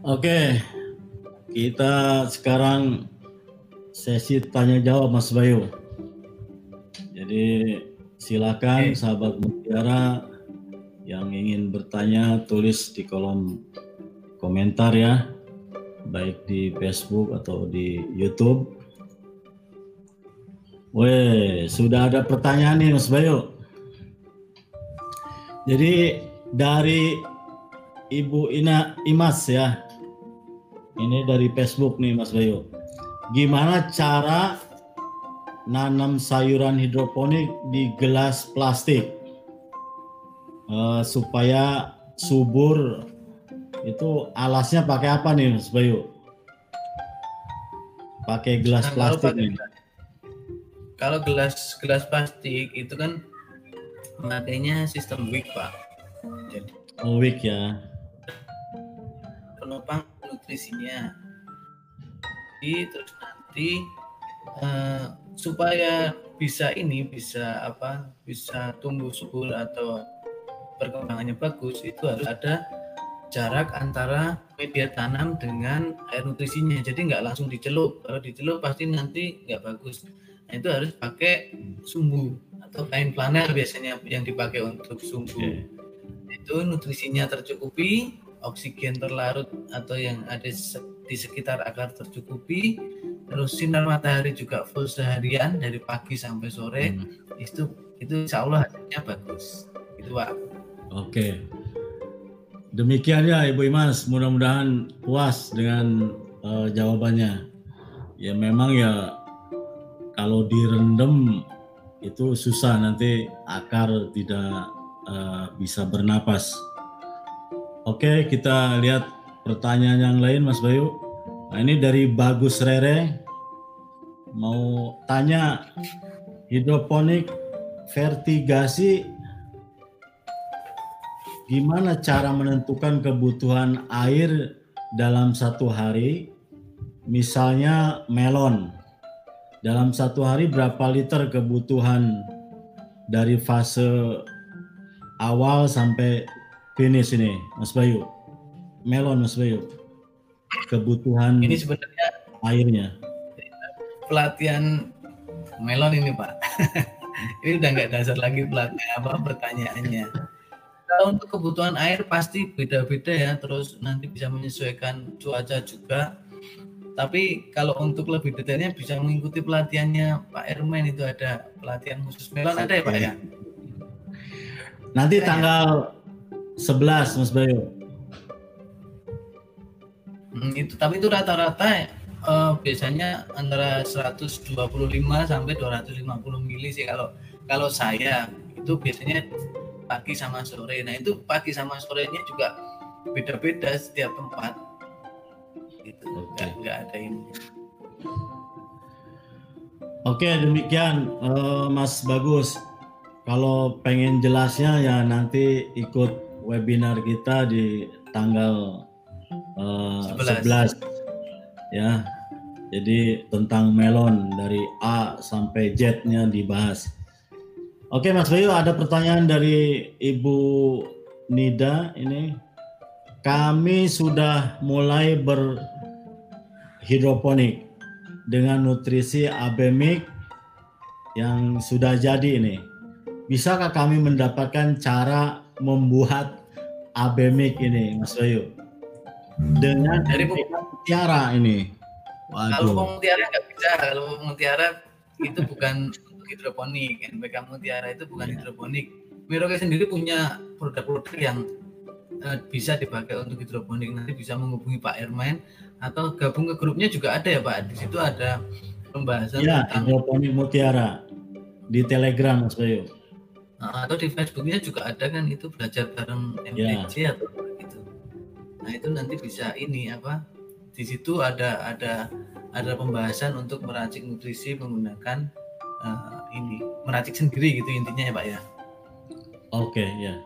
Oke, kita sekarang sesi tanya jawab Mas Bayu. Jadi silakan sahabat Mutiara yang ingin bertanya tulis di kolom komentar ya, baik di Facebook atau di YouTube. Weh, sudah ada pertanyaan nih Mas Bayu. Jadi dari Ibu Imas ya, ini dari Facebook nih Mas Bayu. Gimana cara nanam sayuran hidroponik di gelas plastik supaya subur? Itu alasnya pakai apa nih Mas Bayu? Pakai gelas plastik nih. Kalau gelas plastik itu kan makanya sistem wick Pak. Jadi wick ya. Penopang nutrisinya. Terus nanti supaya bisa tumbuh subur atau perkembangannya bagus, itu harus ada jarak antara media tanam dengan air nutrisinya. Jadi nggak langsung dicelup. Kalau dicelup pasti nanti nggak bagus. Nah, itu harus pakai sumbu atau kain flanel biasanya yang dipakai untuk sumbu. Itu nutrisinya tercukupi, oksigen terlarut atau yang ada di sekitar akar tercukupi, terus sinar matahari juga full seharian dari pagi sampai sore. Itu insya Allah hasilnya bagus. Itu Pak. Oke. Demikian ya Ibu Imas, mudah-mudahan puas dengan jawabannya. Ya memang ya kalau direndam itu susah, nanti akar tidak bisa bernapas. Oke, kita lihat pertanyaan yang lain Mas Bayu. Nah, ini dari Bagus Rere, mau tanya hidroponik vertigasi, gimana cara menentukan kebutuhan air dalam satu hari? Misalnya melon, dalam satu hari berapa liter kebutuhan dari fase awal sampai finish ini, Mas Bayu? Melon, Mas Bayu. Kebutuhan ini sebenarnya airnya. Pelatihan melon ini Pak. Ini udah nggak dasar lagi pertanyaannya. Kalau untuk kebutuhan air pasti beda-beda ya, terus nanti bisa menyesuaikan cuaca juga. Tapi kalau untuk lebih detailnya bisa mengikuti pelatihannya Pak Ermen, itu ada pelatihan khusus melon ada ya Pak ya? Nanti tanggal 11 Mas Bayu. Tapi itu rata-rata biasanya antara 125 sampai 250 mili sih kalau saya itu biasanya pagi sama sore. Nah itu pagi sama sorenya juga beda-beda setiap tempat. Itu nggak ada ini. Oke, demikian Mas Bagus. Kalau pengen jelasnya ya nanti ikut webinar kita di tanggal 11 ya. Jadi tentang melon dari A sampai Z-nya dibahas. Oke Mas Bayu, ada pertanyaan dari Ibu Nida ini. Kami sudah mulai berhidroponik dengan nutrisi abemik yang sudah jadi ini. Bisakah kami mendapatkan cara membuat abemik ini, Mas Bayu? Dengan dari Mutiara ini. Kalau Mutiara nggak bisa. Kalau Mutiara itu bukan hidroponik. NPK Mutiara itu bukan hidroponik. Merauke sendiri punya produk-produk yang bisa dipakai untuk hidroponik. Nanti bisa menghubungi Pak Ermen atau gabung ke grupnya juga ada ya Pak. Di situ ada pembahasan tentang hidroponik Mutiara di Telegram Mas Bayu. Atau di Facebooknya juga ada kan, itu belajar bareng MTC atau gitu. Nah itu nanti bisa di situ ada pembahasan untuk meracik nutrisi menggunakan meracik sendiri gitu intinya ya Pak ya. Oke ya.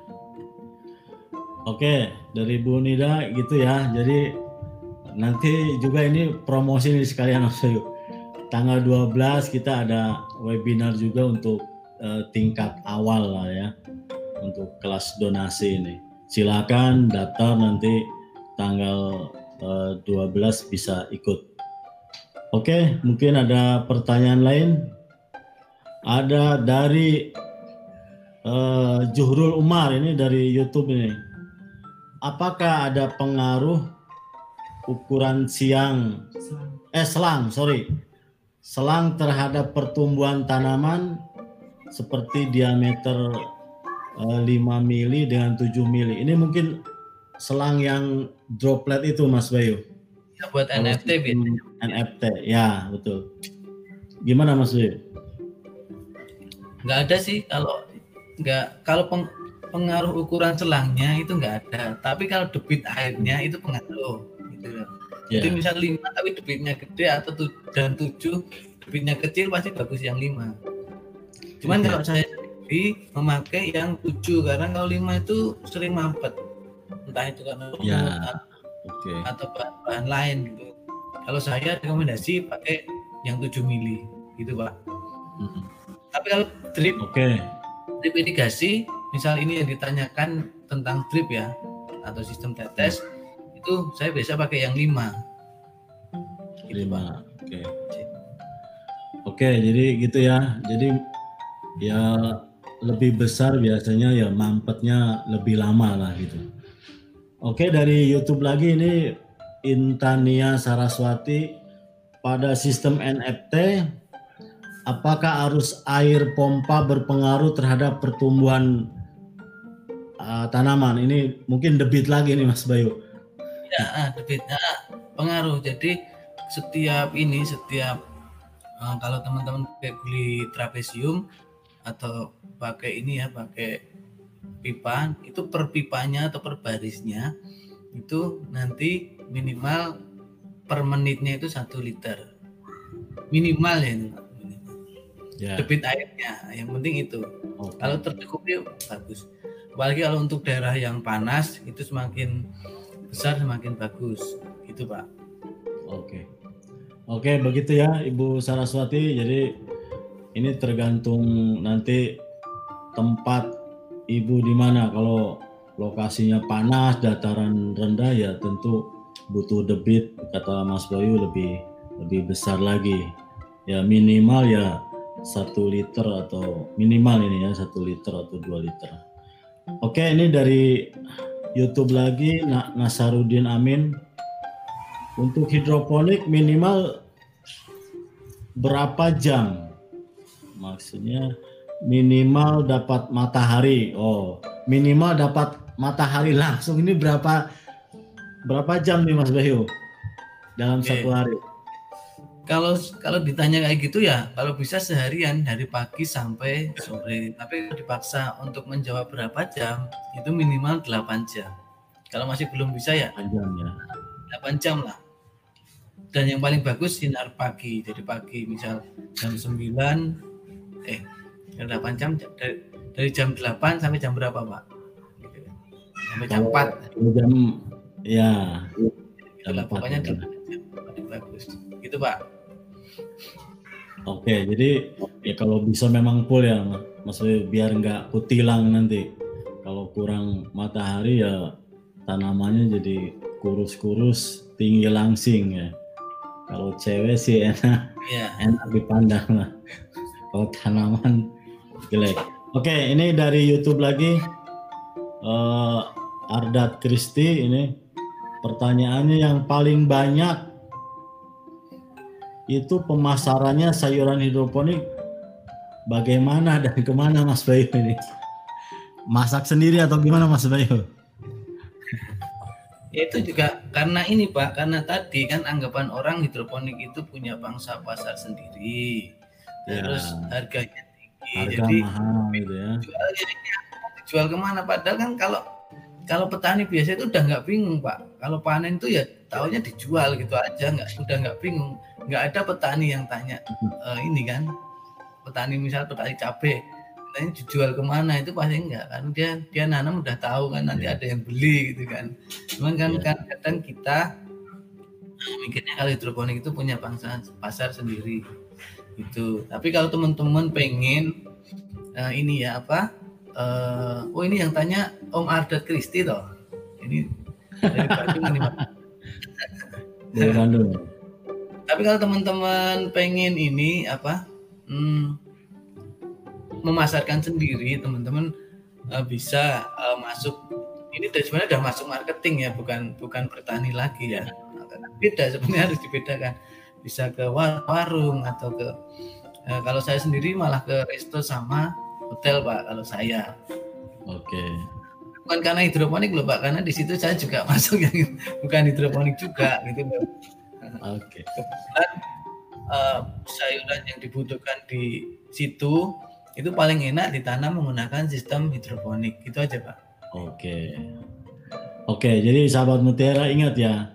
Oke, dari Bu Nida gitu ya. Jadi nanti juga ini promosi nih sekalian Mas Bayu. Tanggal 12 kita ada webinar juga untuk tingkat awal lah ya, untuk kelas donasi ini. Silakan daftar nanti tanggal 12 bisa ikut. Oke, mungkin ada pertanyaan lain. Ada dari Juhrul Umar, ini dari YouTube ini. Apakah ada pengaruh ukuran selang terhadap pertumbuhan tanaman seperti diameter 5 mili dengan 7 mili? Ini mungkin selang yang droplet itu, Mas Bayu. Ya, buat NFT biasanya. NFT, ya betul. Gimana Mas Bayu? Nggak ada sih kalau pengaruh ukuran selangnya itu nggak ada. Tapi kalau debit airnya itu pengaruh. Gitu. Jadi misal 5 tapi debitnya gede atau dan 7 debitnya kecil pasti bagus yang 5. Cuman kalau saya sendiri memakai yang 7 karena kalau 5 itu sering mampet. Entah itu karena atau bahan lain gitu. Kalau saya rekomendasi pakai yang 7 mili gitu Pak. Tapi kalau drip irigasi, misal ini yang ditanyakan tentang drip ya atau sistem tetes, itu saya biasa pakai yang 5. Gitu, 5. Oke, jadi gitu ya. Jadi ya lebih besar biasanya ya mampetnya lebih lama lah gitu. Oke, dari YouTube lagi ini Intania Saraswati, pada sistem NFT apakah arus air pompa berpengaruh terhadap pertumbuhan tanaman? Ini mungkin debit lagi nih Mas Bayu. Ya, debitnya pengaruh. Jadi setiap kalau teman-teman pakai guli trapesium atau pakai pipa, itu per pipanya atau per barisnya itu nanti minimal per menitnya itu 1 liter minimal ya. Debit airnya yang penting itu. Kalau tercukupi bagus, apalagi kalau untuk daerah yang panas itu semakin besar semakin bagus gitu Pak. Oke, begitu ya Ibu Saraswati. Jadi ini tergantung nanti tempat Ibu di mana. Kalau lokasinya panas, dataran rendah ya tentu butuh debit, kata Mas Bayu lebih besar lagi. Ya minimal ya 1 liter atau minimal ini ya 1 liter atau 2 liter. Oke, ini dari YouTube lagi Nasarudin Amin. Untuk hidroponik minimal berapa jam? Maksudnya minimal dapat matahari. Minimal dapat matahari langsung. Ini berapa jam nih Mas Bayu dalam satu hari? Kalau ditanya kayak gitu ya, kalau bisa seharian dari pagi sampai sore. Tapi dipaksa untuk menjawab berapa jam, itu minimal 8 jam. Kalau masih belum bisa ya 8 jam lah. Dan yang paling bagus sinar pagi. Jadi pagi misal jam 9 8 jam dari jam 8 sampai jam berapa Pak? Sampai jam 4. Jam ya. Pokoknya 8 jam paling bagus. Gitu Pak. Oke, jadi ya kalau bisa memang full ya, maksudnya biar nggak kutilang nanti. Kalau kurang matahari ya tanamannya jadi kurus-kurus, tinggi langsing ya. Kalau cewek sih enak dipandang lah. Kalau tanaman jelek. Oke, ini dari YouTube lagi Ardat Kristi. Ini pertanyaannya yang paling banyak itu pemasarannya sayuran hidroponik bagaimana dan kemana Mas Bayu ini? Masak sendiri atau gimana Mas Bayu? Itu juga karena ini Pak, karena tadi kan anggapan orang hidroponik itu punya pangsa pasar sendiri, terus harganya tinggi, jadi mahal gitu ya. Dijual kemana? Padahal kan kalau petani biasa itu udah nggak bingung Pak, kalau panen itu ya taunya dijual gitu aja, udah nggak bingung, nggak ada petani yang tanya ini kan, petani cabai. Ini dijual kemana itu pasti enggak, kan dia nanam udah tahu kan nanti ada yang beli gitu kan. Cuman kan kadang kita mikirnya kalau hidroponik itu punya pangsa pasar sendiri gitu. Tapi kalau teman-teman pengen ini ya ini yang tanya Om Ardat Kristi toh. Ini dari Bandung ini Pak. Dari Bandung. Tapi kalau teman-teman pengen ini apa memasarkan sendiri, teman-teman bisa masuk. Ini sebenarnya udah masuk marketing ya, bukan bertani lagi ya. Beda sebenarnya, harus dibedakan. Bisa ke warung atau ke kalau saya sendiri malah ke resto sama hotel Pak kalau saya. Oke. Bukan karena hidroponik loh Pak, karena di situ saya juga masuk yang bukan hidroponik juga gitu loh. Oke. Kebetulan sayuran yang dibutuhkan di situ itu paling enak ditanam menggunakan sistem hidroponik. Itu aja Pak. Oke, jadi sahabat Mutiara ingat ya,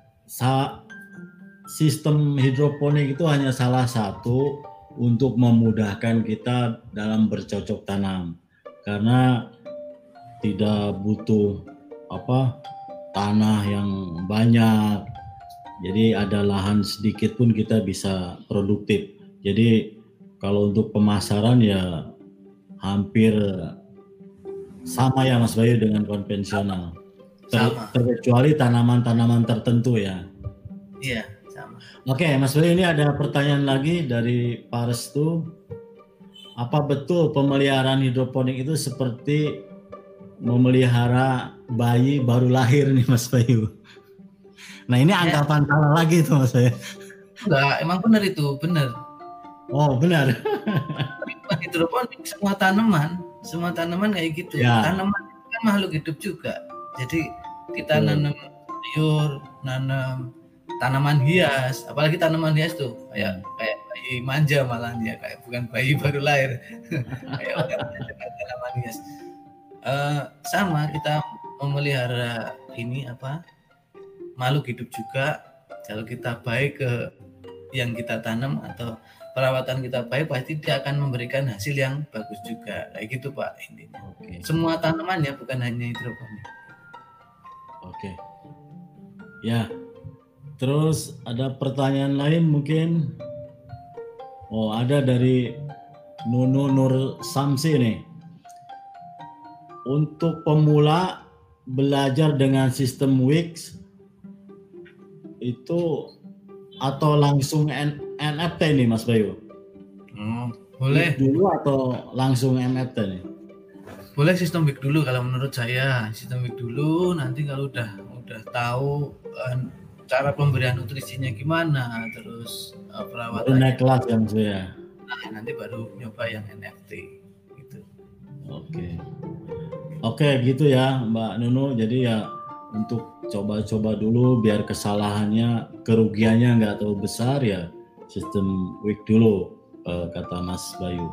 sistem hidroponik itu hanya salah satu untuk memudahkan kita dalam bercocok tanam, karena tidak butuh tanah yang banyak, jadi ada lahan sedikit pun kita bisa produktif. Jadi kalau untuk pemasaran ya hampir sama ya Mas Bayu dengan konvensional, terkecuali tanaman-tanaman tertentu ya. Iya, sama. Oke, Mas Bayu, ini ada pertanyaan lagi dari Pak Restu. Apa betul pemeliharaan hidroponik itu seperti memelihara bayi baru lahir nih Mas Bayu? Nah ini anggapan salah lagi itu Mas Bayu. Enggak, emang benar itu, benar. Oh benar. Hidroponik semua tanaman kayak gitu. Ya. Tanaman itu kan makhluk hidup juga. Jadi kita nanam sayur, nanam tanaman hias, apalagi tanaman hias tuh kayak bayi manja malah ya, kayak bukan bayi baru lahir. Kayak tanaman hias. Sama kita memelihara ini makhluk hidup juga. Kalau kita baik ke yang kita tanam atau perawatan kita baik, pasti dia akan memberikan hasil yang bagus juga. Kayak gitu Pak intinya. Semua tanaman ya, bukan hanya hidroponik. Oke. Ya. Terus ada pertanyaan lain mungkin. Oh, ada dari Nunu Nur Samsi nih. Untuk pemula belajar dengan sistem Wix itu atau langsung NFT nih Mas Bayu? Boleh. Wix dulu atau langsung NFT nih? Boleh sistem Wix dulu kalau menurut saya. Sistem Wix dulu, nanti kalau udah tahu cara pemberian nutrisinya gimana, terus perawatannya. Baru naik kelas ya Mas ya. Nah, nanti baru nyoba yang NFT gitu. Oke, gitu ya Mbak Nunu. Jadi ya untuk coba-coba dulu biar kesalahannya, kerugiannya nggak terlalu besar ya, sistem Wix dulu kata Mas Bayu.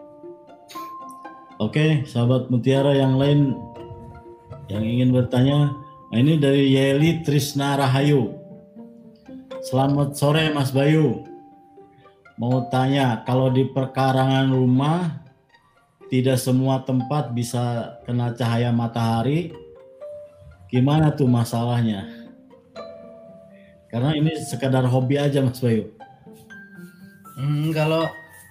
Oke, sahabat Mutiara yang lain yang ingin bertanya, nah ini dari Yeli Trisna Rahayu. Selamat sore Mas Bayu. Mau tanya, kalau di perkarangan rumah tidak semua tempat bisa kena cahaya matahari, gimana tuh masalahnya? Karena ini sekadar hobi aja Mas Bayu. Kalau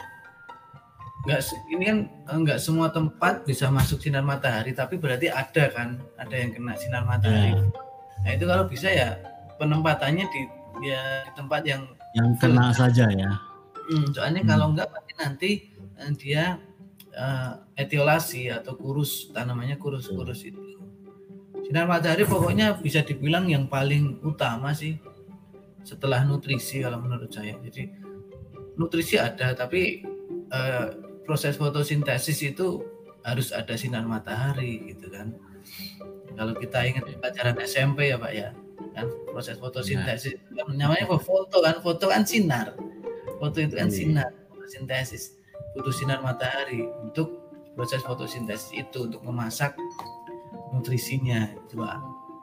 ini kan nggak semua tempat bisa masuk sinar matahari, tapi berarti ada yang kena sinar matahari. Nah itu kalau bisa ya penempatannya di tempat yang kena saja ya. Soalnya kalau enggak nanti dia etiolasi atau kurus, tanamannya kurus itu. Sinar matahari pokoknya bisa dibilang yang paling utama sih setelah nutrisi kalau menurut saya. Jadi nutrisi ada, tapi proses fotosintesis itu harus ada sinar matahari gitu kan. Kalau kita ingat pelajaran SMP ya Pak ya, kan proses fotosintesis namanya foto kan sinar. Foto itu kan sinar, fotosintesis, butuh sinar matahari untuk proses fotosintesis itu, untuk memasak nutrisinya itu Pak.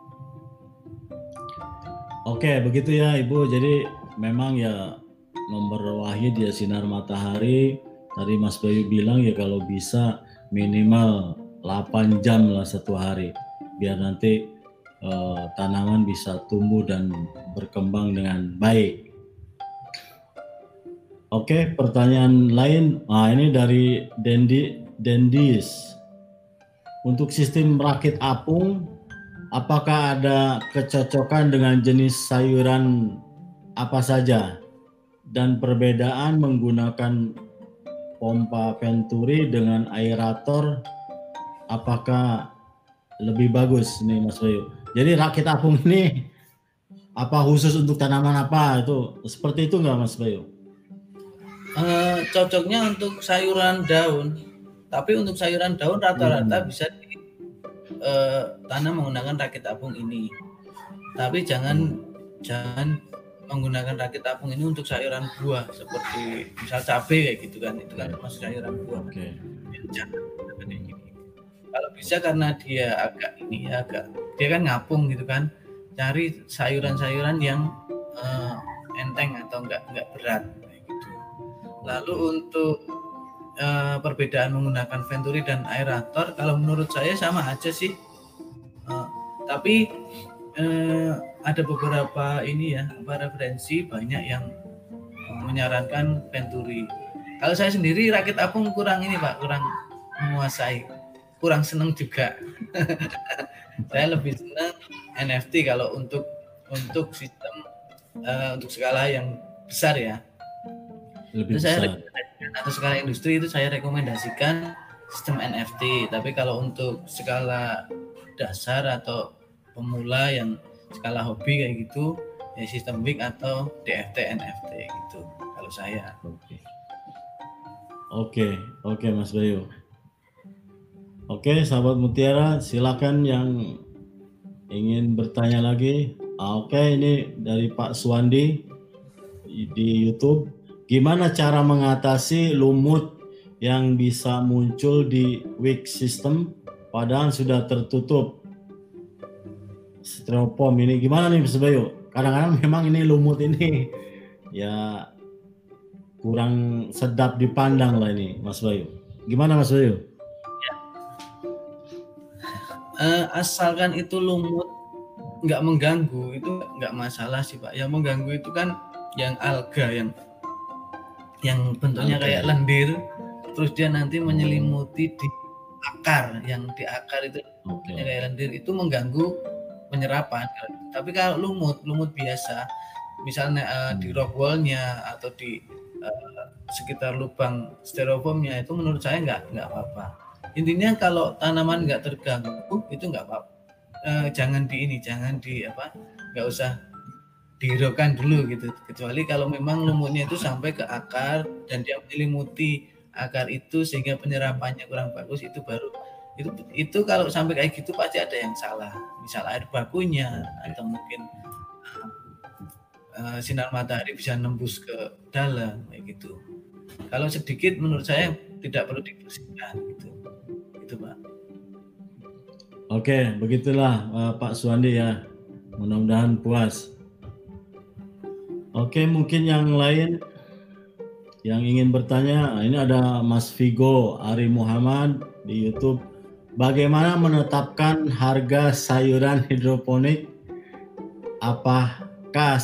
Oke, begitu ya Ibu. Jadi memang ya nomor wahid ya sinar matahari. Tadi Mas Bayu bilang ya kalau bisa minimal 8 jam lah satu hari, biar nanti tanaman bisa tumbuh dan berkembang dengan baik. Oke, pertanyaan lain. Nah, ini dari Dendis. Untuk sistem rakit apung, apakah ada kecocokan dengan jenis sayuran apa saja dan perbedaan menggunakan pompa Venturi dengan aerator apakah lebih bagus nih Mas Bayu? Jadi rakit apung ini apa khusus untuk tanaman apa itu seperti itu nggak Mas Bayu? Cocoknya untuk sayuran daun, tapi untuk sayuran daun rata-rata bisa tanam menggunakan rakit apung ini. Tapi jangan menggunakan rakit apung ini untuk sayuran buah seperti misal cabai kayak gitu kan, itu kan termasuk sayuran buah. Oke. Jangan kayak gini. Kalau bisa karena dia dia kan ngapung gitu kan, cari sayuran-sayuran yang enteng atau enggak berat kayak gitu. Lalu untuk perbedaan menggunakan Venturi dan aerator, kalau menurut saya sama aja sih. Tapi ada beberapa referensi banyak yang menyarankan Venturi. Kalau saya sendiri rakit apung kurang menguasai, kurang seneng juga. Saya lebih senang NFT kalau untuk sistem untuk skala yang besar ya. Lebih besar. Atau skala industri itu saya rekomendasikan sistem NFT. Tapi kalau untuk skala dasar atau pemula yang skala hobi kayak gitu, ya sistem WIG atau DFT NFT gitu. Kalau saya. Oke, Mas Bayu. Oke, sahabat Mutiara, silakan yang ingin bertanya lagi. Oke, ini dari Pak Suwandi di YouTube. Gimana cara mengatasi lumut yang bisa muncul di wick system padahal sudah tertutup styrofoam ini? Gimana nih Mas Bayu? Kadang-kadang memang ini lumut ini ya kurang sedap dipandang lah ini Mas Bayu. Gimana Mas Bayu? Asalkan itu lumut nggak mengganggu itu nggak masalah sih Pak. Yang mengganggu itu kan yang alga yang bentuknya kayak lendir, terus dia nanti menyelimuti di akar, yang di akar itu bentuknya kayak lendir, itu mengganggu penyerapan. Tapi kalau lumut biasa, misalnya di rock wall-nya atau di sekitar lubang styrofoamnya, itu menurut saya nggak apa-apa. Intinya kalau tanaman nggak terganggu itu nggak apa-apa. Jangan nggak usah dihiraukan dulu gitu, kecuali kalau memang lumutnya itu sampai ke akar dan dia menyelimuti akar itu sehingga penyerapannya kurang bagus, itu baru itu kalau sampai kayak gitu pasti ada yang salah, misal air bakunya atau mungkin sinar matahari bisa nembus ke dalam kayak gitu. Kalau sedikit menurut saya tidak perlu dibersihkan gitu Pak. Oke, begitulah Pak Suwandi ya, mudah-mudahan puas. Oke, mungkin yang lain yang ingin bertanya, ini ada Mas Vigo Ari Muhammad di YouTube. Bagaimana menetapkan harga sayuran hidroponik? Apakah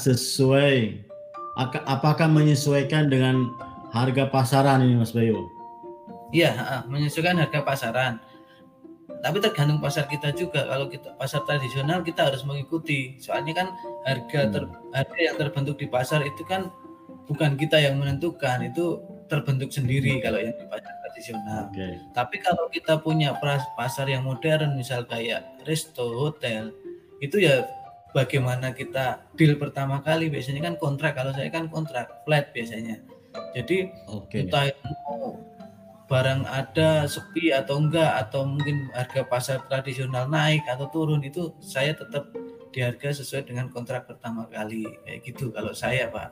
menyesuaikan dengan harga pasaran ini Mas Bayu? Iya, menyesuaikan harga pasaran. Tapi tergantung pasar kita juga. Kalau kita pasar tradisional kita harus mengikuti. Soalnya kan harga yang terbentuk di pasar itu kan bukan kita yang menentukan, itu terbentuk sendiri kalau yang di pasar tradisional. Tapi kalau kita punya pasar yang modern, misal kayak resto, hotel, itu ya bagaimana kita deal pertama kali, biasanya kan kontrak. Kalau saya kan kontrak flat biasanya. Jadi entah itu barang ada sepi atau enggak, atau mungkin harga pasar tradisional naik atau turun, itu saya tetap di harga sesuai dengan kontrak pertama kali kayak gitu kalau saya Pak.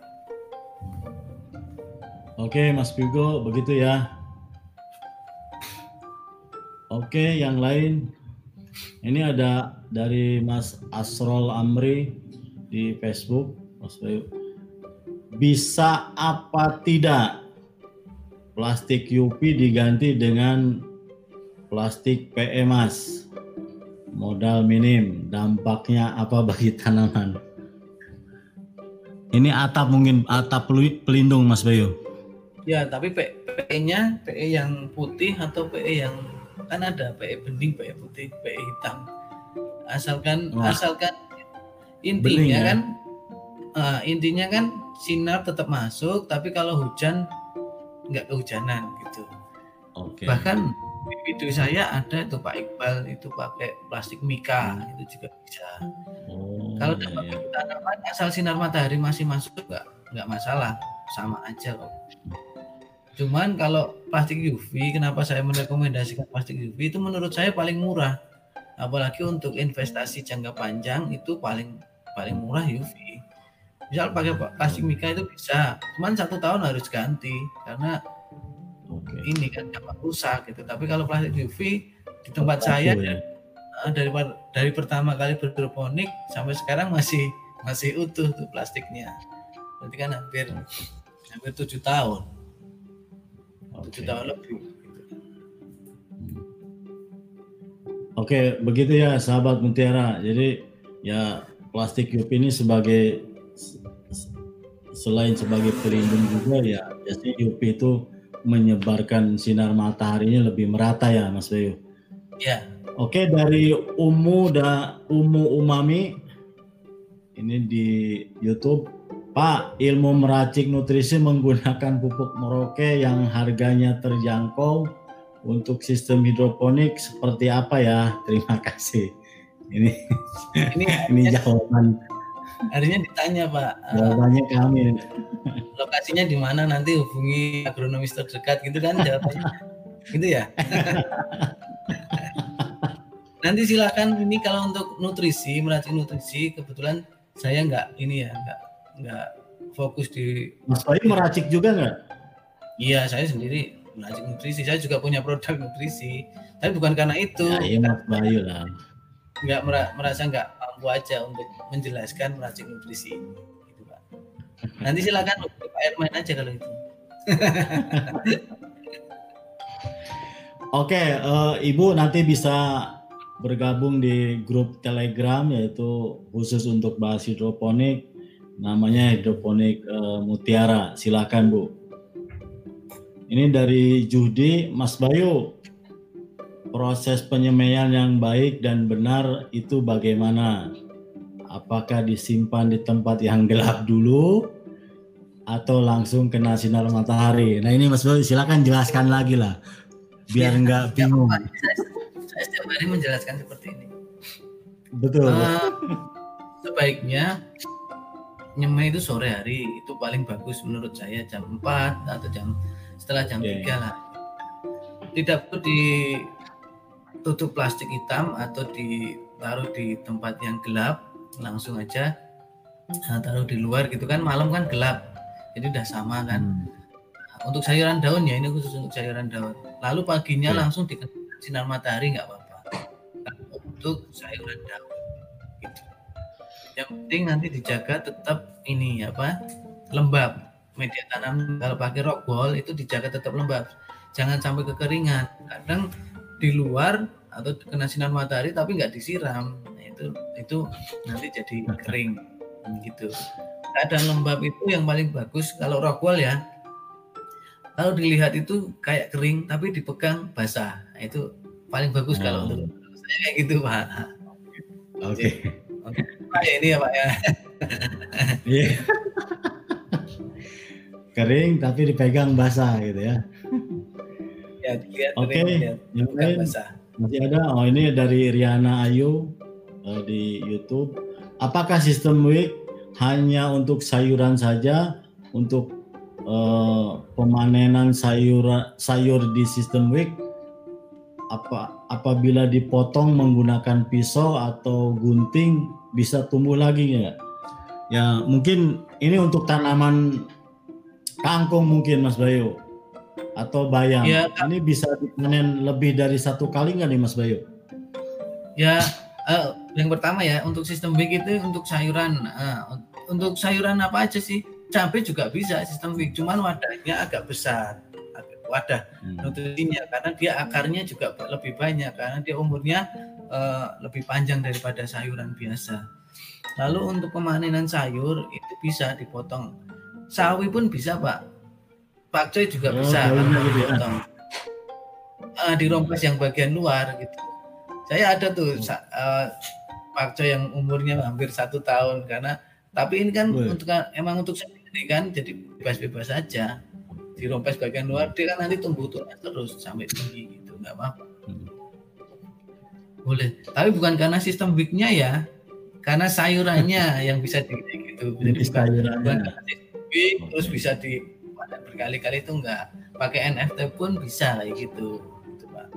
Oke Mas Vigo, begitu ya. Oke, yang lain ini ada dari Mas Asrol Amri di Facebook. Mas Bayu, bisa apa tidak plastik UV diganti dengan plastik PE Mas? Modal minim, dampaknya apa bagi tanaman? Ini mungkin atap pelindung Mas Bayu. Ya, tapi PE-nya PE yang putih atau PE yang kan ada PE bening, PE putih, PE hitam. asalkan Wah. intinya Bening ya? kan intinya kan sinar tetap masuk, tapi kalau hujan nggak kehujanan gitu. Oke. Bahkan di video saya ada itu Pak Iqbal itu pakai plastik mika, itu juga bisa. Oh, Kalau ya, ya. tanaman asal sinar matahari masih masuk nggak masalah, sama aja kok. Cuman kalau plastik UV, kenapa saya merekomendasikan plastik UV itu menurut saya paling murah. Apalagi untuk investasi jangka panjang itu paling murah UV. Misal pakai plastik mika itu bisa, cuman 1 tahun harus ganti karena ini kan gampang rusak gitu. Tapi kalau plastik UV di tempat saya ya. dari pertama kali berhidroponik sampai sekarang masih utuh tuh plastiknya. Berarti kan hampir 7 tahun. 7 tahun lebih. Oke, begitu ya sahabat Mutiara. Jadi ya plastik UV ini selain sebagai pelindung juga ya biasanya UV itu menyebarkan sinar mataharinya lebih merata ya Mas Bayu. Ya. Oke, dari Umu Umami ini di YouTube, Pak, ilmu meracik nutrisi menggunakan pupuk Merauke yang harganya terjangkau untuk sistem hidroponik seperti apa ya? Terima kasih. Ini jawaban. Harusnya ditanya Pak. Jawabannya kami. Lokasinya di mana, nanti hubungi agronomis terdekat gitu kan jawabannya. Gitu ya. Nanti silakan, ini kalau untuk nutrisi, meracik nutrisi, kebetulan saya nggak fokus di. Mas Bayu meracik juga nggak? Iya, saya sendiri meracik nutrisi. Saya juga punya produk nutrisi. Tapi bukan karena itu. Ya, iya Mas Bayu lah. Nggak merasa nggak mampu aja untuk menjelaskan meracik nutrisi. Gitu, Pak. Nanti silakan Pak Herman aja kalau itu. Oke, Ibu nanti bisa bergabung di grup Telegram yaitu khusus untuk bahas hidroponik, namanya hidroponik Mutiara. Silakan Bu. Ini dari Judi, Mas Bayu, proses penyemaian yang baik dan benar itu bagaimana? Apakah disimpan di tempat yang gelap dulu atau langsung kena sinar matahari? Nah ini Mas Bayu silakan jelaskan lagi lah biar nggak bingung. Saya setiap hari menjelaskan seperti ini. Betul. Sebaiknya nyemai itu sore hari, itu paling bagus menurut saya, jam 4 atau setelah jam 3 lah. Tidak perlu ditutup plastik hitam atau ditaruh di tempat yang gelap, langsung aja taruh di luar gitu kan, malam kan gelap, jadi udah sama kan. Untuk sayuran daun ya, ini khusus untuk sayuran daun. Lalu paginya langsung dikena sinar matahari nggak apa-apa. Untuk sayuran daun gitu. Yang penting nanti dijaga tetap ini lembab. Media tanam kalau pakai rock wool itu dijaga tetap lembab. Jangan sampai kekeringan. Kadang di luar atau kena sinar matahari tapi nggak disiram. Nah, itu nanti jadi kering gitu. Keadaan lembab itu yang paling bagus kalau rock wool ya. Kalau dilihat itu kayak kering tapi dipegang basah. Nah, itu paling bagus kalau untuk saya kayak gitu Pak. Oke. Ini ya Pak ya. Iya. Kering tapi dipegang basah gitu ya. Ya dilihat. Oke. Yang lain masih ada. Oh ini dari Riana Ayu di YouTube. Apakah sistem WIC hanya untuk sayuran saja, untuk pemanenan sayur di sistem WIC apabila dipotong menggunakan pisau atau gunting bisa tumbuh lagi nggak? Ya mungkin ini untuk tanaman kangkung mungkin Mas Bayu atau bayam. Ya, ini bisa dipanen lebih dari 1 kali nggak nih Mas Bayu? Ya yang pertama ya untuk sistem WIC itu untuk sayuran. Untuk sayuran apa aja sih? Cabai juga bisa sistem WIC, cuman wadahnya agak besar, wadah nutrisinya, karena dia akarnya juga lebih banyak, karena dia umurnya lebih panjang daripada sayuran biasa. Lalu untuk pemanenan sayur itu bisa dipotong, sawi pun bisa Pak, pakcoy juga bisa dipotong, dirompes yang bagian luar gitu. Saya ada tuh pakcoy yang umurnya hampir 1 tahun tapi ini kan Wih. emang untuk sendiri kan, jadi bebas-bebas saja. Dirompes bagian luar, dia kan nanti tumbuh terus sampai tinggi gitu, nggak apa-apa. Boleh, tapi bukan karena sistem wig-nya ya, karena sayurannya yang bisa gitu. Jadi bukan karena sistem wig terus bisa dipanen berkali-kali, itu enggak. Pakai NFT pun bisa kayak gitu Pak.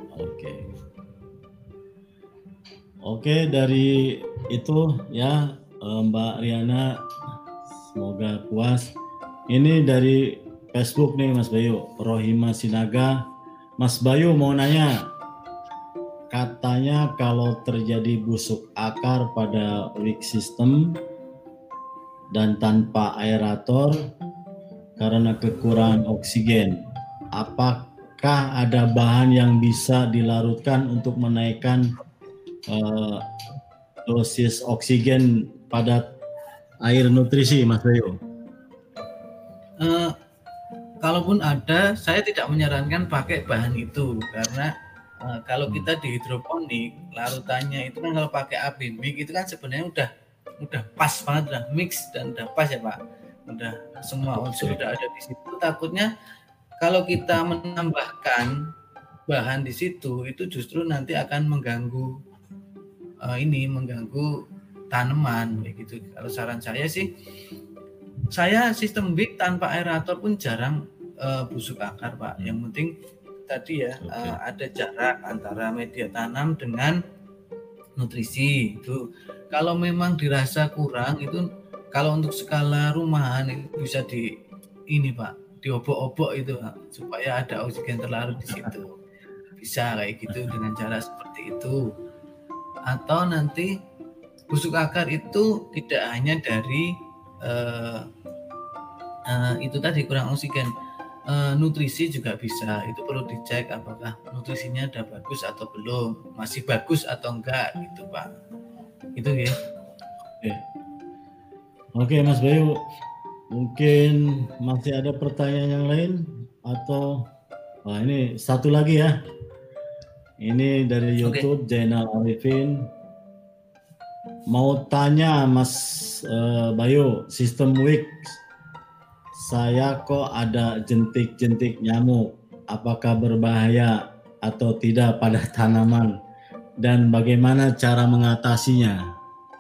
Oke, dari itu ya Mbak Riana, semoga puas. Ini dari Facebook nih Mas Bayu, Rohima Sinaga. Mas Bayu mau nanya, katanya kalau terjadi busuk akar pada wig system dan tanpa aerator karena kekurangan oksigen, apakah ada bahan yang bisa dilarutkan untuk menaikkan dosis oksigen pada air nutrisi, Mas Bayu? Kalaupun ada, saya tidak menyarankan pakai bahan itu karena kalau kita di hidroponik, larutannya itu kan kalau pakai abimik itu kan sebenarnya udah pas banget, udah mix dan udah pas ya Pak. Udah semua unsur udah ada di situ. Takutnya kalau kita menambahkan bahan di situ itu justru nanti akan mengganggu tanaman begitu. Kalau saran saya sih, saya sistem wig tanpa aerator pun jarang busuk akar Pak. Yang penting tadi ya ada jarak antara media tanam dengan nutrisi itu. Kalau memang dirasa kurang itu, kalau untuk skala rumahan itu bisa diobok-obok itu supaya ada oksigen terlarut di situ. Bisa kayak gitu dengan cara seperti itu. Atau nanti busuk akar itu tidak hanya dari itu tadi kurang oksigen, nutrisi juga bisa. Itu perlu dicek apakah nutrisinya udah bagus atau belum, masih bagus atau enggak gitu Pak. Itu ya. Oke Mas Bayu, mungkin masih ada pertanyaan yang lain atau ini satu lagi ya. Ini dari YouTube Jainal Arifin. Mau tanya Mas Bayu, sistem wig saya kok ada jentik-jentik nyamuk, apakah berbahaya atau tidak pada tanaman dan bagaimana cara mengatasinya?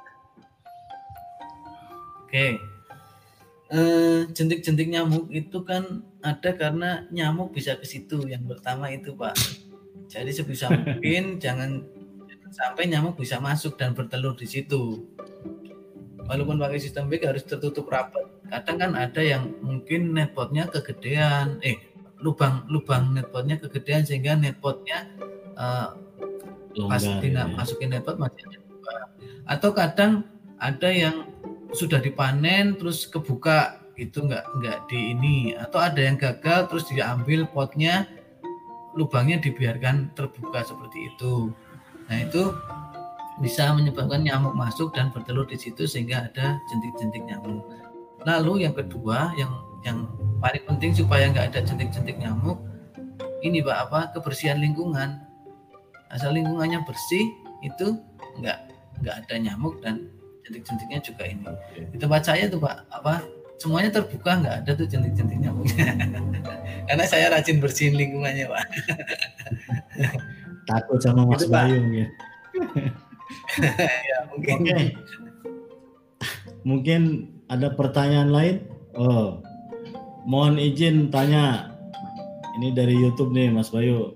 Jentik-jentik nyamuk itu kan ada karena nyamuk bisa ke situ. Yang pertama itu Pak. Jadi sebisa mungkin jangan sampai nyamuk bisa masuk dan bertelur di situ. Walaupun pakai sistem wig harus tertutup rapat. Kadang kan ada yang mungkin netpotnya kegedean, lubang netpotnya kegedean sehingga netpotnya pas tidak masukin netpot masih ada lubang. Atau kadang ada yang sudah dipanen terus kebuka itu nggak di ini, atau ada yang gagal terus diambil potnya, lubangnya dibiarkan terbuka seperti itu. Nah itu bisa menyebabkan nyamuk masuk dan bertelur di situ sehingga ada jentik-jentik nyamuk. Lalu yang kedua yang paling penting supaya nggak ada jentik-jentik nyamuk ini Pak, kebersihan lingkungan. Asal lingkungannya bersih itu nggak ada nyamuk dan jentik-jentiknya juga ini. Di tempat saya tuh Pak, semuanya terbuka, nggak ada tuh jentik-jentik nyamuknya. Karena saya rajin bersihin lingkungannya Pak. Takut sama Mas Bayu mungkin. Ya, mungkin. Mungkin ada pertanyaan lain? Mohon izin tanya. Ini dari YouTube nih Mas Bayu.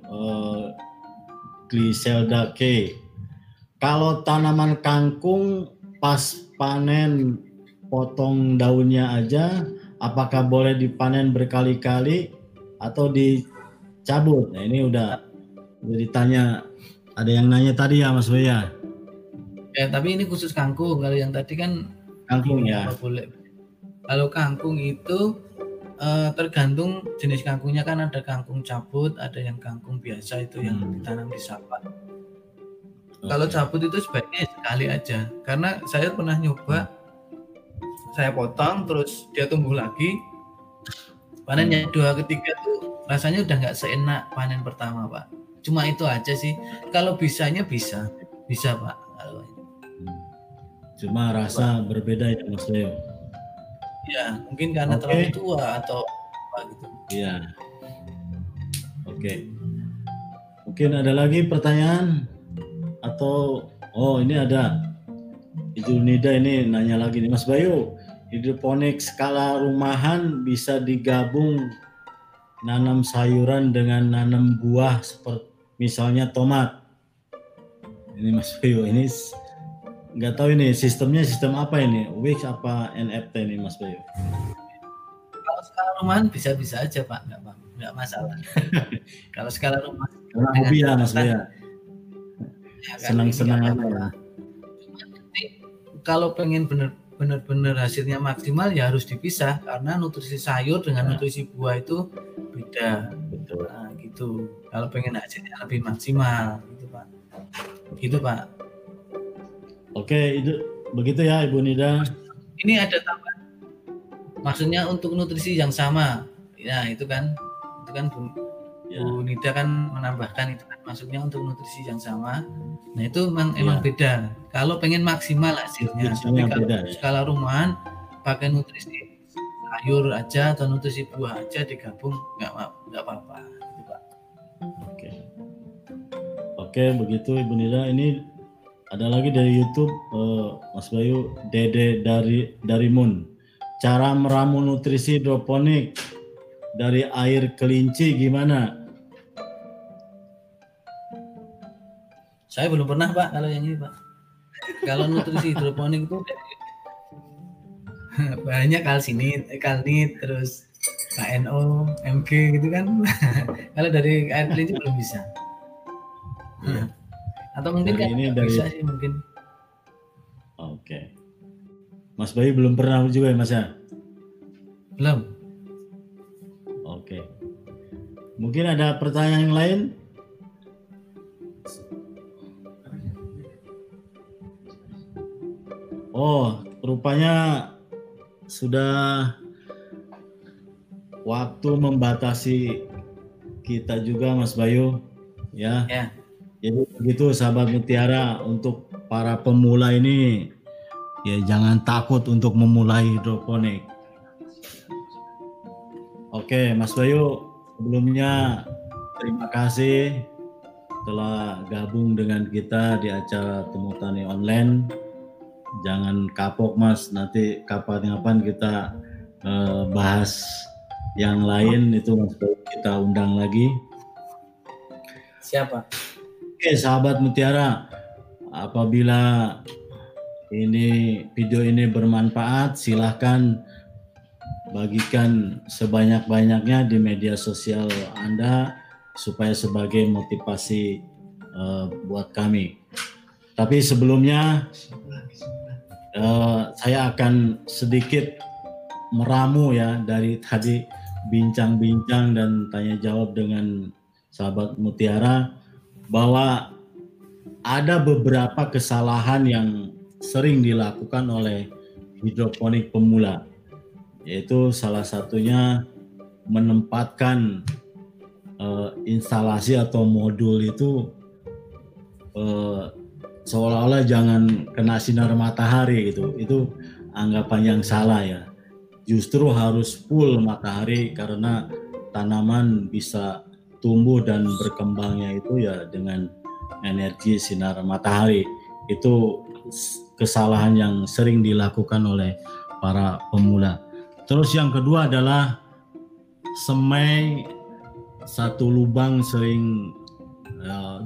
Gliselda K. Kalau tanaman kangkung pas panen potong daunnya aja, apakah boleh dipanen berkali-kali atau dicabut? Nah ini udah ditanya, ada yang nanya tadi ya Mas Bayu ya. Ya tapi ini khusus kangkung. Kalau yang tadi kan kangkung ya. Boleh. Kalau kangkung itu tergantung jenis kangkungnya, kan ada kangkung cabut, ada yang kangkung biasa itu yang ditanam di sawah. Kalau cabut itu sebaiknya sekali aja, karena saya pernah nyoba, saya potong terus dia tumbuh lagi, panennya 2 ketiga tuh rasanya udah nggak seenak panen pertama Pak. Cuma itu aja sih. Kalau bisanya bisa Pak. Cuma rasa berbeda ya Mas Bayu. Ya, mungkin karena terlalu tua atau apa gitu. Iya. Oke. Mungkin ada lagi pertanyaan atau ini ada. Ibu Nida ini nanya lagi nih Mas Bayu, hidroponik skala rumahan bisa digabung nanam sayuran dengan nanam buah seperti misalnya tomat. Ini Mas Bayu, ini nggak tahu ini sistemnya sistem apa ini, Wix apa NFT ini Mas Bayu? Kalau skala rumahan bisa-bisa aja Pak, nggak masalah. Kalau skala rumahan hobi ya Mas Bayu, senang-senang aja ya. Kalau pengen benar-benar hasilnya maksimal ya harus dipisah, karena nutrisi sayur dengan nutrisi buah itu beda. Betul. Nah, gitu. Kalau pengen hasilnya lebih maksimal gitu Pak. Gitu Pak. Oke, itu begitu ya Ibu Nida. Ini ada tambahan. Maksudnya untuk nutrisi yang sama. Ya, itu kan Bu Nida kan menambahkan itu kan maksudnya untuk nutrisi yang sama. Nah, itu emang beda. Kalau pengen maksimal hasilnya, tapi kalau skala rumahan pakai nutrisi sayur aja atau nutrisi buah aja digabung nggak apa-apa gitu Pak. Oke, begitu Ibu Nida. Ini ada lagi dari YouTube Mas Bayu, Dede dari Mun. Cara meramu nutrisi hidroponik dari air kelinci gimana? Saya belum pernah Pak kalau yang ini Pak. Kalau nutrisi hidroponik itu banyak kalsinit, terus KNO, MG gitu kan. Kalau dari air kelinci belum bisa. Atau mungkin kan ini bisa sih mungkin. Oke. Mas Bayu belum pernah juga ya Mas ya? Belum. Oke. Mungkin ada pertanyaan yang lain? Rupanya sudah waktu membatasi kita juga Mas Bayu ya. Jadi begitu sahabat Mutiara, untuk para pemula ini ya jangan takut untuk memulai hidroponik. Oke, Mas Bayu, sebelumnya terima kasih telah gabung dengan kita di acara Temu Tani Online. Jangan kapok Mas, nanti kapan-kapan kita bahas yang lain itu Mas Bayu kita undang lagi. Siapa? Oke, sahabat Mutiara, apabila video ini bermanfaat, silahkan bagikan sebanyak-banyaknya di media sosial Anda supaya sebagai motivasi buat kami. Tapi sebelumnya saya akan sedikit meramu ya dari tadi bincang-bincang dan tanya jawab dengan sahabat Mutiara, bahwa ada beberapa kesalahan yang sering dilakukan oleh hidroponik pemula, yaitu salah satunya menempatkan instalasi atau modul itu seolah-olah jangan kena sinar matahari gitu. Itu anggapan yang salah ya. Justru harus full matahari karena tanaman bisa tumbuh dan berkembangnya itu ya dengan energi sinar matahari. Itu kesalahan yang sering dilakukan oleh para pemula. Terus yang kedua adalah semai satu lubang sering 2,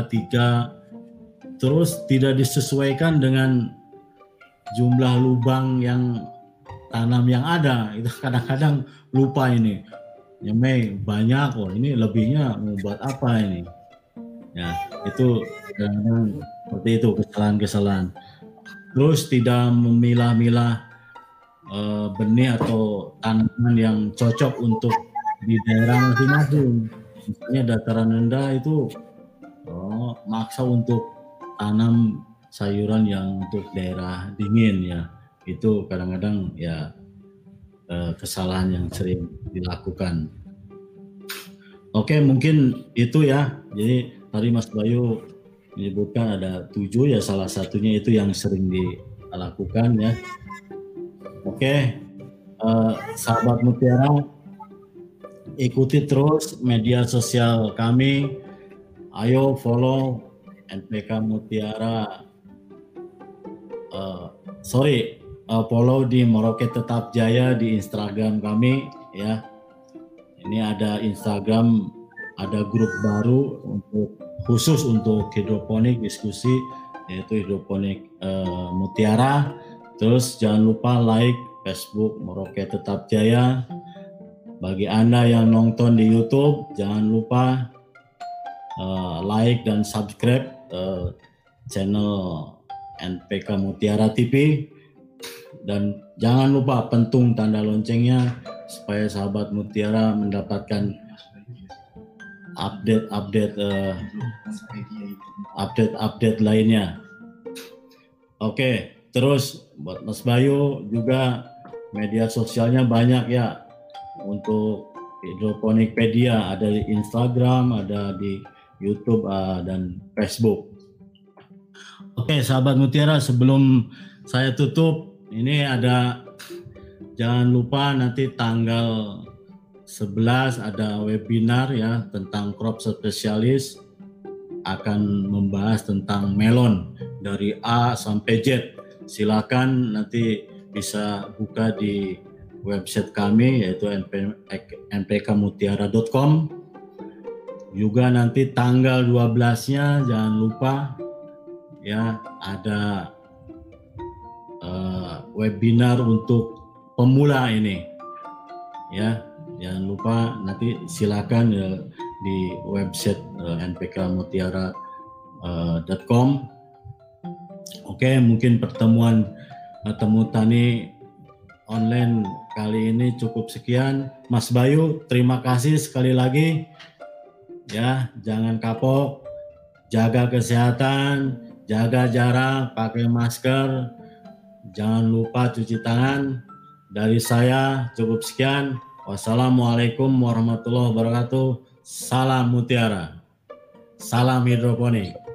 3, terus tidak disesuaikan dengan jumlah lubang yang tanam yang ada. Itu kadang-kadang lupa ini. Nyemai banyak ini lebihnya mau buat apa ini? Ya, itu kadang-kadang seperti itu kesalahan-kesalahan. Terus tidak memilah-milah benih atau tanaman yang cocok untuk di daerah masing-masing. Misalnya dataran rendah itu maksa untuk tanam sayuran yang untuk daerah dingin ya. Itu kadang-kadang ya kesalahan yang sering dilakukan. Oke, mungkin itu ya. Jadi tadi Mas Bayu menyebutkan ada 7 ya, salah satunya itu yang sering lakukan ya. Oke, sahabat Mutiara, ikuti terus media sosial kami. Ayo follow NPK Mutiara. Follow di Merauke Tetap Jaya di Instagram kami ya. Ini ada Instagram, ada grup baru khusus untuk hidroponik diskusi, yaitu hidroponik Mutiara. Terus jangan lupa like Facebook Merauke Tetap Jaya. Bagi Anda yang nonton di YouTube, jangan lupa like dan subscribe channel NPK Mutiara TV, dan jangan lupa pentung tanda loncengnya supaya sahabat Mutiara mendapatkan update lainnya. Oke, terus buat Mas Bayu juga media sosialnya banyak ya untuk Hidroponikpedia, ada di Instagram, ada di YouTube dan Facebook. Oke, sahabat Mutiara, sebelum saya tutup, ini ada, jangan lupa nanti tanggal 11 ada webinar ya tentang crop spesialis, akan membahas tentang melon dari A sampai Z. Silakan nanti bisa buka di website kami yaitu npkmutiara.com. Juga nanti tanggal 12-nya jangan lupa ya ada webinar untuk pemula ini ya, jangan lupa nanti silakan ya, di website npkmutiara.com. Oke, mungkin pertemuan temu tani online kali ini cukup sekian. Mas Bayu, terima kasih sekali lagi ya, jangan kapok, jaga kesehatan, jaga jarak, pakai masker, jangan lupa cuci tangan. Dari saya cukup sekian. Wassalamualaikum warahmatullahi wabarakatuh. Salam Mutiara, salam hidroponik.